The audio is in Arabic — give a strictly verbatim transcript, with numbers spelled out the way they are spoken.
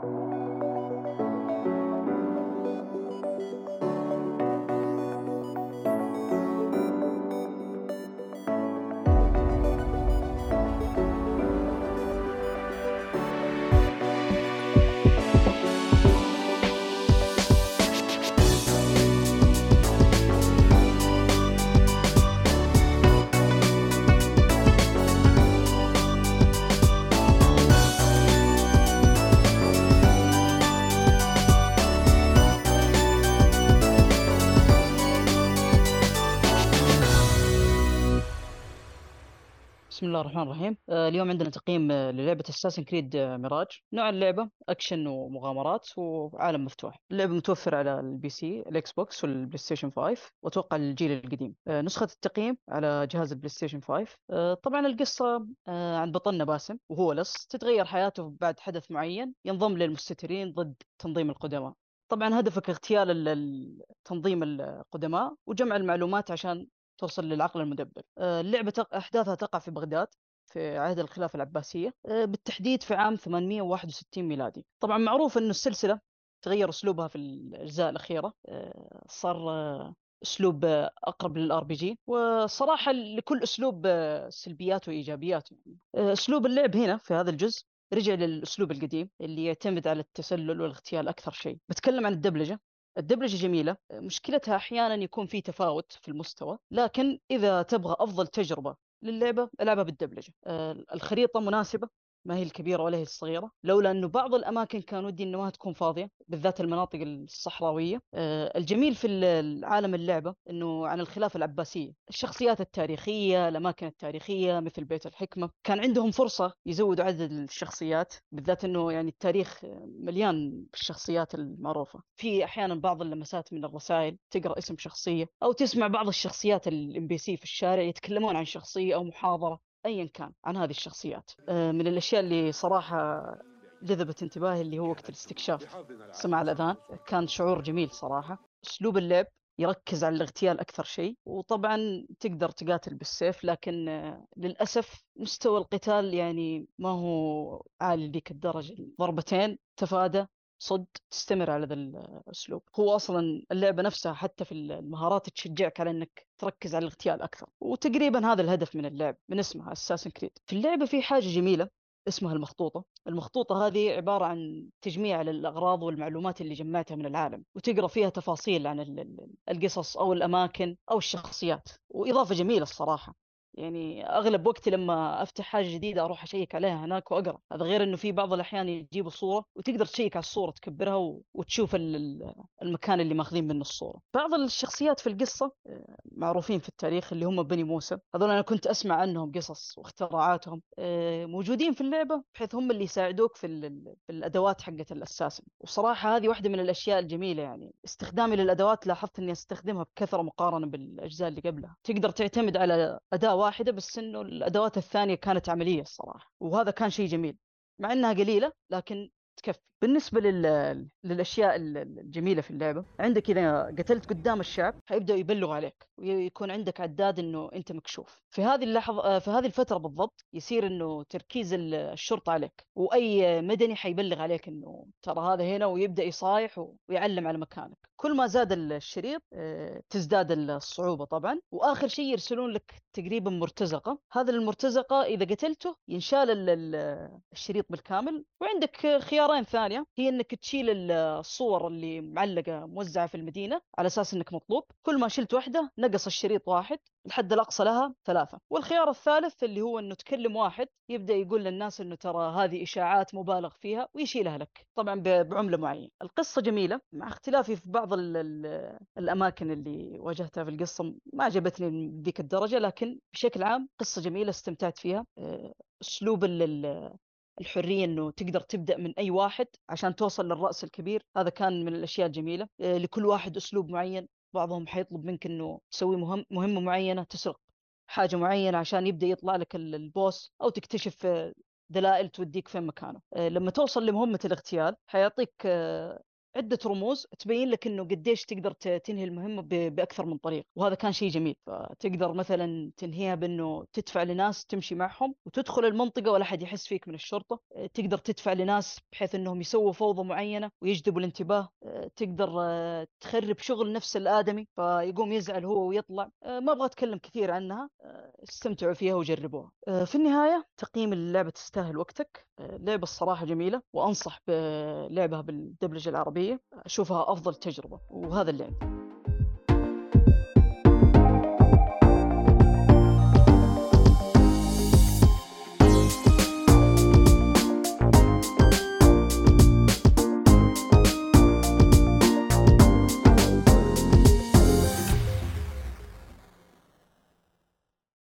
بسم الله الرحمن الرحيم. آه، اليوم عندنا تقييم آه، للعبة اساسن كريد ميراج. نوع اللعبة أكشن ومغامرات وعالم مفتوح. اللعبة متوفرة على البي سي، الإكس بوكس والبلاي ستيشن خمسة، وأتوقع الجيل القديم. آه، نسخة التقييم على جهاز البلاي ستيشن خمسة. آه، طبعا القصة آه، عن بطلنا باسم، وهو لص تتغير حياته بعد حدث معين، ينضم للمستترين ضد تنظيم القدماء. طبعا هدفك اغتيال ال- ال- تنظيم القدماء وجمع المعلومات عشان توصل للعقل المدبر. آه، اللعبة تق- أحداثها تقع في بغداد في عهد الخلافة العباسية، آه، بالتحديد في عام ثمانمائة وواحد وستين ميلادي. طبعا معروف أن السلسلة تغير أسلوبها في الأجزاء الأخيرة. آه، صار آه، أسلوب آه، أقرب للآر بي جي، وصراحة لكل أسلوب آه، سلبياته وإيجابياته. يعني آه، أسلوب اللعب هنا في هذا الجزء رجع للأسلوب القديم اللي يعتمد على التسلل والاغتيال أكثر شيء. بتكلم عن الدبلجة. الدبلجة جميلة، مشكلتها أحيانا يكون في تفاوت في المستوى، لكن إذا تبغى أفضل تجربة للعبة العبها بالدبلجة. آه، الخريطة مناسبة، ما هي الكبيرة ولا هي الصغيرة، لولا أنه بعض الأماكن كان ودي أنه ما تكون فاضية، بالذات المناطق الصحراوية. آه، الجميل في ال- عالم اللعبة أنه عن الخلافة العباسية، الشخصيات التاريخية، الأماكن التاريخية مثل بيت الحكمة، كان عندهم فرصة يزودوا عدد الشخصيات، بالذات أنه يعني التاريخ مليان بالشخصيات المعروفة. في أحيانا بعض اللمسات من الرسائل، تقرأ اسم شخصية أو تسمع بعض الشخصيات الام بي سي في الشارع يتكلمون عن شخصية أو محاضرة أيا كان عن هذه الشخصيات. آه، من الأشياء اللي صراحة جذبت انتباهي اللي هو وقت الاستكشاف، سمع الأذان، كان شعور جميل صراحة. أسلوب اللعب يركز على الاغتيال أكثر شيء، وطبعا تقدر تقاتل بالسيف، لكن آه، للأسف مستوى القتال يعني ما هو عالي ذيك الدرجة. ضربتين تفادى، صد، تستمر على ذا الأسلوب. هو أصلا اللعبة نفسها حتى في المهارات تشجعك على أنك تركز على الاغتيال أكثر، وتقريبا هذا الهدف من اللعب من اسمها اساسن كريد. في اللعبة في حاجة جميلة اسمها المخطوطة. المخطوطة هذه عبارة عن تجميع للأغراض والمعلومات اللي جمعتها من العالم، وتقرأ فيها تفاصيل عن ال- ال- القصص أو الأماكن أو الشخصيات. وإضافة جميلة الصراحة، يعني أغلب وقتي لما أفتح حاجة جديدة أروح أشيك عليها هناك وأقرأ. هذا غير أنه في بعض الأحيان يجيبوا صورة وتقدر تشيك على الصورة، تكبرها و- وتشوف ال- ال- المكان اللي ماخذين منه الصورة. بعض الشخصيات في القصة آه، معروفين في التاريخ اللي هم بني موسى. هذول أنا كنت أسمع عنهم قصص واختراعاتهم، آه، موجودين في اللعبة، بحيث هم اللي يساعدوك في, ال- في الأدوات حقة الأساسن. وصراحة هذه واحدة من الأشياء الجميلة، يعني استخدامي للأدوات لاحظت أني أستخدمها بكثرة مقارنة بالأجزاء اللي قبلها. تقدر تعتمد على أداة واحدة، بس إنه الأدوات الثانية كانت عملية الصراحة، وهذا كان شيء جميل مع إنها قليلة، لكن تكفي. بالنسبة لل... للأشياء ال- الجميلة في اللعبة، عندك إذا قتلت قدام الشعب حيبدأ يبلغ عليك، ويكون عندك عداد إنه أنت مكشوف. في هذه اللحظة آه، في هذه الفترة بالضبط يصير إنه تركيز ال- الشرطة عليك، وأي مدني حيبلغ عليك إنه ترى هذا هنا، ويبدأ يصايح و- ويعلم على مكانك. كل ما زاد الشريط آه، تزداد الصعوبة طبعا. وآخر شيء يرسلون لك تقريبا مرتزقة. هذا المرتزقة إذا قتلته ينشال ال- ال- الشريط بالكامل. وعندك خيارين ثانية، هي انك تشيل ال- الصور اللي معلقة موزعة في المدينة على اساس انك مطلوب. كل ما شلت واحدة نقص الشريط واحد، الحد الاقصى لها ثلاثة. والخيار الثالث اللي هو انه تكلم واحد يبدأ يقول للناس انه ترى هذه اشاعات مبالغ فيها، ويشيلها لك طبعا ب- بعملة معينة. القصة جميلة مع اختلافي في بعض ال ال الاماكن اللي واجهتها في القصة ما عجبتني ذيك الدرجة، لكن بشكل عام قصة جميلة استمتعت فيها. آه، اسلوب ال- ال- الحرية انه تقدر تبدأ من اي واحد عشان توصل للرأس الكبير، هذا كان من الاشياء الجميلة. آه، لكل واحد اسلوب معين. بعضهم حيطلب منك انه تسوي مهم مهمة معينة، تسرق حاجة معينة عشان يبدأ يطلع لك ال- البوس، او تكتشف آه، دلائل توديك فين مكانه. آه، لما توصل لمهمة الاغتيال حيعطيك عدة رموز تبين لك انه قديش تقدر ت- تنهي المهمة ب- بأكثر من طريق، وهذا كان شيء جميل. فتقدر مثلا تنهيها بانه تدفع لناس تمشي معهم وتدخل المنطقة ولا حد يحس فيك من الشرطة. أه، تقدر تدفع لناس بحيث انهم يسووا فوضى معينة ويجذبوا الانتباه. أه، تقدر أه، تخرب شغل نفس الآدمي فيقوم يزعل هو ويطلع. أه، ما ابغى اتكلم كثير عنها. أه، استمتعوا فيها وجربوها. أه، في النهاية تقييم اللعبة تستاهل وقتك. أه، اللعبة الصراحة جميلة، وأنصح بلعبها بالدبلجة العربية. أشوفها أفضل تجربة، وهذا اللي عندي.